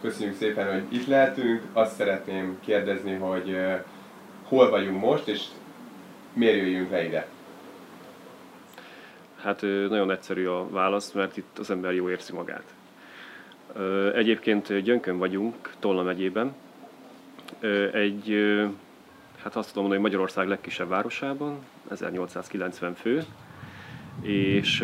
Köszönjük szépen, hogy itt lehetünk. Azt szeretném kérdezni, hogy hol vagyunk most, és miért jöjjünk le ide? Hát nagyon egyszerű a válasz, mert itt az ember jól érzi magát. Egyébként Gyönkön vagyunk, Tolna megyében. Hát azt tudom mondani, hogy Magyarország legkisebb városában, 1890 fő. És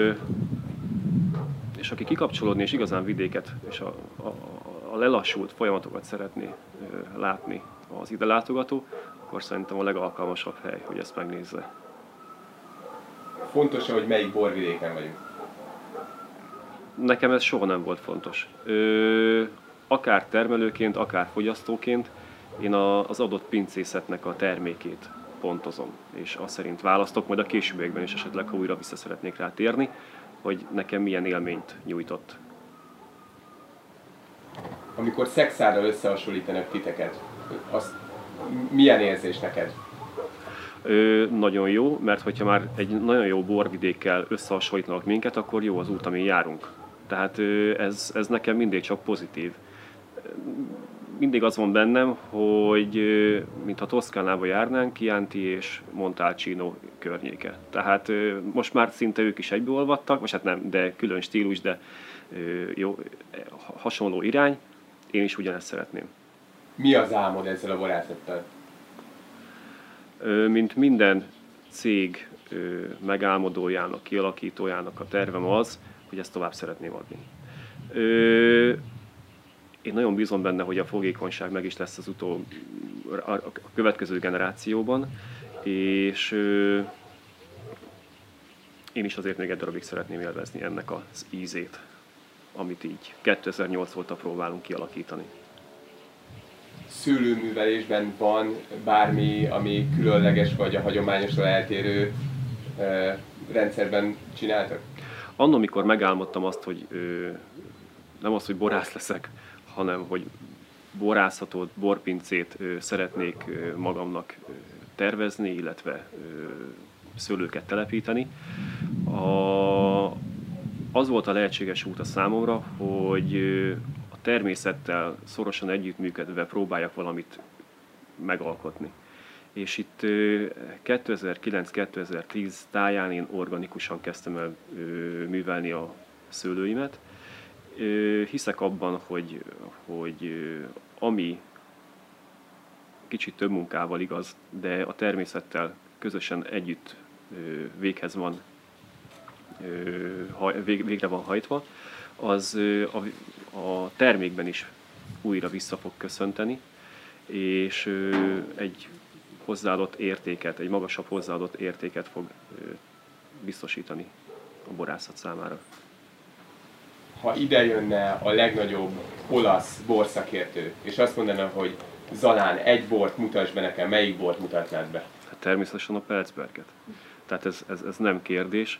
aki kikapcsolódni és igazán vidéket és a lelassult folyamatokat szeretné látni az ide látogató, akkor szerintem a legalkalmasabb hely, hogy ezt megnézze. Fontos, hogy melyik borvidéken vagyunk? Nekem ez soha nem volt fontos. Akár termelőként, akár fogyasztóként én az adott pincészetnek a termékét pontozom, és azt szerint választok, majd a későbbiekben is esetleg, ha újra vissza szeretnék rá térni, hogy nekem milyen élményt nyújtott. Amikor Szexárral összehasonlítanak titeket, az milyen érzés neked? Nagyon jó, mert hogyha már egy nagyon jó borvidékkel összehasonlítanak minket, akkor jó az út, amin járunk. Tehát ez nekem mindig csak pozitív. Mindig az van bennem, hogy mintha Toszkánába járnánk, Chianti és Montalcino környéke. Tehát most már szinte ők is egybeolvadtak, vagy hát nem, de külön stílus, de jó, hasonló irány. Én is ugyanezt szeretném. Mi az álmod ezzel a borászattal? Mint minden cég megálmodójának, kialakítójának a tervem az, hogy ezt tovább szeretném adni. Én nagyon bízom benne, hogy a fogékonyság meg is lesz a következő generációban, és én is azért még egy darabig szeretném élvezni ennek az ízét, amit így 2008 óta próbálunk kialakítani. Szőlőművelésben van bármi, ami különleges vagy a hagyományosról eltérő rendszerben csináltak? Anno, amikor megálmodtam azt, hogy nem az, hogy borász leszek, hanem hogy borászatot, borpincét szeretnék magamnak tervezni, illetve szőlőket telepíteni. Az volt a lehetséges út a számomra, hogy a természettel szorosan együttműködve próbáljak valamit megalkotni. És itt 2009-2010 táján én organikusan kezdtem el művelni a szőlőimet. Hiszek abban, hogy ami kicsit több munkával igaz, de a természettel közösen együtt végre van hajtva, az a termékben is újra vissza fog köszönteni, és egy hozzáadott értéket, egy magasabb hozzáadott értéket fog biztosítani a borászat számára. Ha ide jönne a legnagyobb olasz borszakértő, és azt mondaná, hogy Zalán, egy bort mutass be nekem, melyik bort mutatnád be? Hát természetesen a Pelsberget. Tehát ez nem kérdés.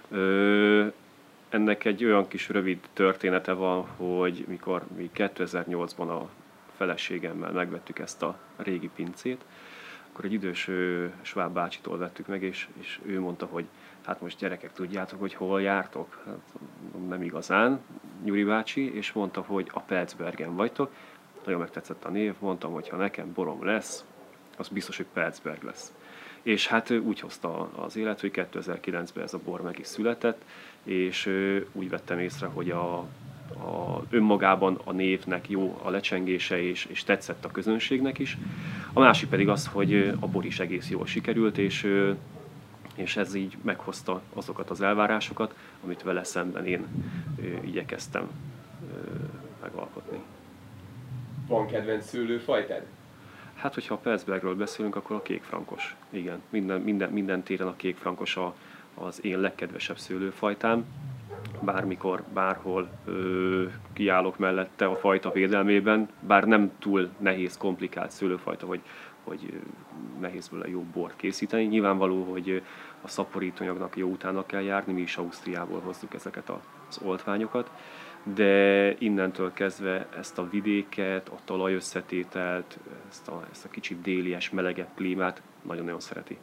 Ennek egy olyan kis rövid története van, hogy mikor mi 2008-ban a feleségemmel megvettük ezt a régi pincét, akkor egy idős sváb bácsitól vettük meg, és ő mondta, hogy hát most gyerekek, tudjátok, hogy hol jártok? Hát, nem igazán, Gyuri bácsi, és mondta, hogy a Pelsbergen vagytok. Nagyon megtetszett a név, mondtam, hogy ha nekem borom lesz, az biztos, hogy Pelsberg lesz. És hát úgy hozta az élet, hogy 2009-ben ez a bor meg is született, és úgy vettem észre, hogy önmagában a névnek jó a lecsengése, és tetszett a közönségnek is. A másik pedig az, hogy a bor is egész jól sikerült, és ez így meghozta azokat az elvárásokat, amit vele szemben én igyekeztem megalkotni. Van kedvenc szőlőfajtád? Hát, hogyha a Pelsbergről beszélünk, akkor a kékfrankos. Igen, minden téren a kékfrankos az én legkedvesebb szőlőfajtám. Bármikor, bárhol kiállok mellette a fajta védelmében, bár nem túl nehéz, komplikált szőlőfajta, hogy nehéz vele jó bort készíteni. Nyilvánvaló, hogy a szaporítóanyagnak jó utána kell járni, mi is Ausztriából hozzuk ezeket az oltványokat, de innentől kezdve ezt a vidéket, a talajösszetételt, ezt a kicsit délies, melegebb klímát nagyon-nagyon szereti.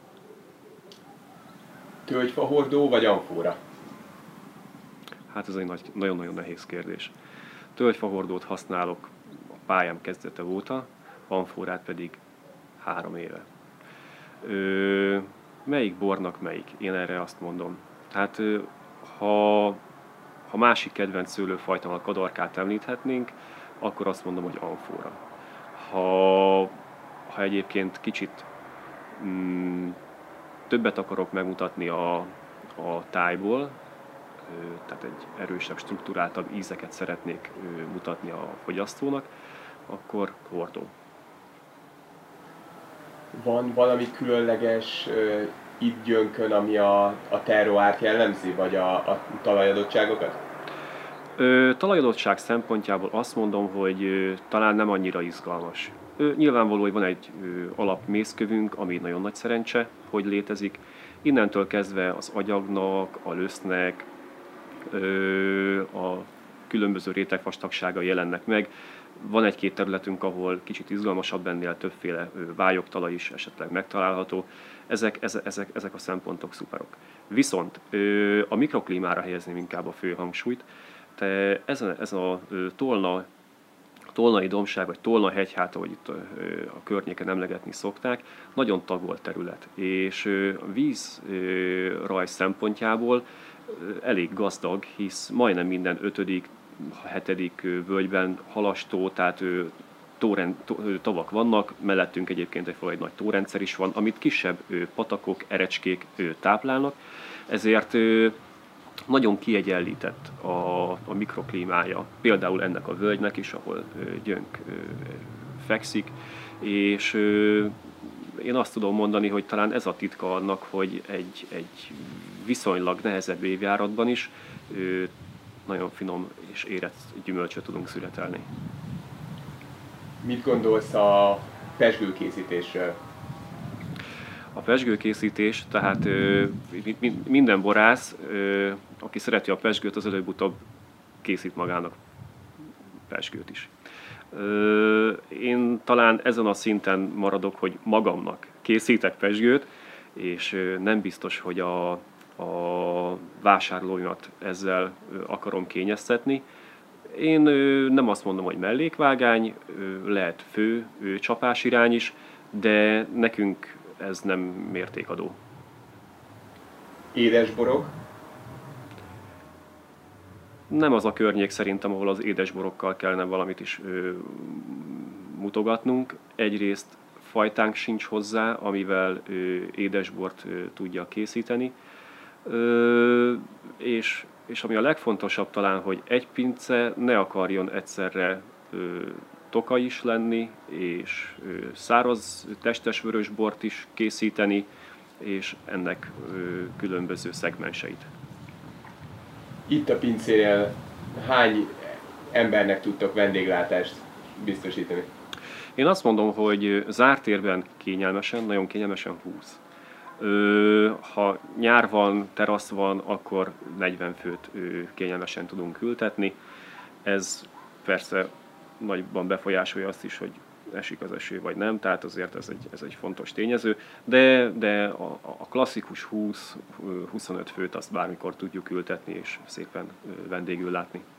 Tölgyfahordó vagy amfóra? Hát ez egy nagyon-nagyon nehéz kérdés. tölgyfahordót használok a pályám kezdete óta, amforát pedig 3 éve. Melyik bornak melyik? Én erre azt mondom. Tehát ha másik kedvenc szőlőfajtának kadarkát említhetnénk, akkor azt mondom, hogy amfora. Ha egyébként kicsit többet akarok megmutatni a tájból, tehát egy erősebb, strukturáltabb ízeket szeretnék mutatni a fogyasztónak, akkor Bordeaux. Van valami különleges ittgyönkön, ami a terroárt jellemzi, vagy a talajadottságokat? Talajadottság szempontjából azt mondom, hogy talán nem annyira izgalmas. Nyilvánvaló, hogy van egy alapmészkövünk, ami nagyon nagy szerencse, hogy létezik. Innentől kezdve az agyagnak, a lösznek, a különböző rétegvastagsága jelennek meg. Van egy-két területünk, ahol kicsit izgalmasabb ennél, többféle vályogtalaj is esetleg megtalálható. Ezek a szempontok szuperok. Viszont a mikroklímára helyezném inkább a fő hangsúlyt. Ez a Tolnai dombság, vagy Tolna hegyháta, ahogy itt a környéken emlegetni szokták, nagyon tagolt terület, és a vízrajz szempontjából elég gazdag, hisz majdnem minden 5., 7. völgyben halastó, tehát tavak vannak, mellettünk egyébként egy nagy tórendszer is van, amit kisebb patakok, erecskék táplálnak, ezért nagyon kiegyenlített a mikroklímája, például ennek a völgynek is, ahol Gyönk fekszik, és én azt tudom mondani, hogy talán ez a titka annak, hogy egy viszonylag nehezebb évjáratban is nagyon finom és érett gyümölcsöt tudunk születelni. Mit gondolsz a pezsgőkészítésről? A pezsgőkészítés, tehát minden borász, aki szereti a pezsgőt, az előbb-utóbb készít magának pezsgőt is. Én talán ezen a szinten maradok, hogy magamnak készítek pezsgőt, és nem biztos, hogy a vásárlóimat ezzel akarom kényeztetni. Én nem azt mondom, hogy mellékvágány, lehet fő csapásirány is, de nekünk ez nem mértékadó. Édesborok? Nem az a környék szerintem, ahol az édesborokkal kellene valamit is mutogatnunk. Egyrészt fajtánk sincs hozzá, amivel édesbort tudja készíteni. És ami a legfontosabb talán, hogy egy pince ne akarjon egyszerre toka is lenni, és száraz testes vörösbort is készíteni, és ennek különböző szegmenseit. Itt a pincénél hány embernek tudtok vendéglátást biztosítani? Én azt mondom, hogy zárt térben kényelmesen, nagyon kényelmesen 20. Ha nyár van, terasz van, akkor 40 főt kényelmesen tudunk ültetni. Ez persze nagyban befolyásolja azt is, hogy esik az eső vagy nem, tehát azért ez egy fontos tényező, de a klasszikus 20-25 főt azt bármikor tudjuk ültetni és szépen vendégül látni.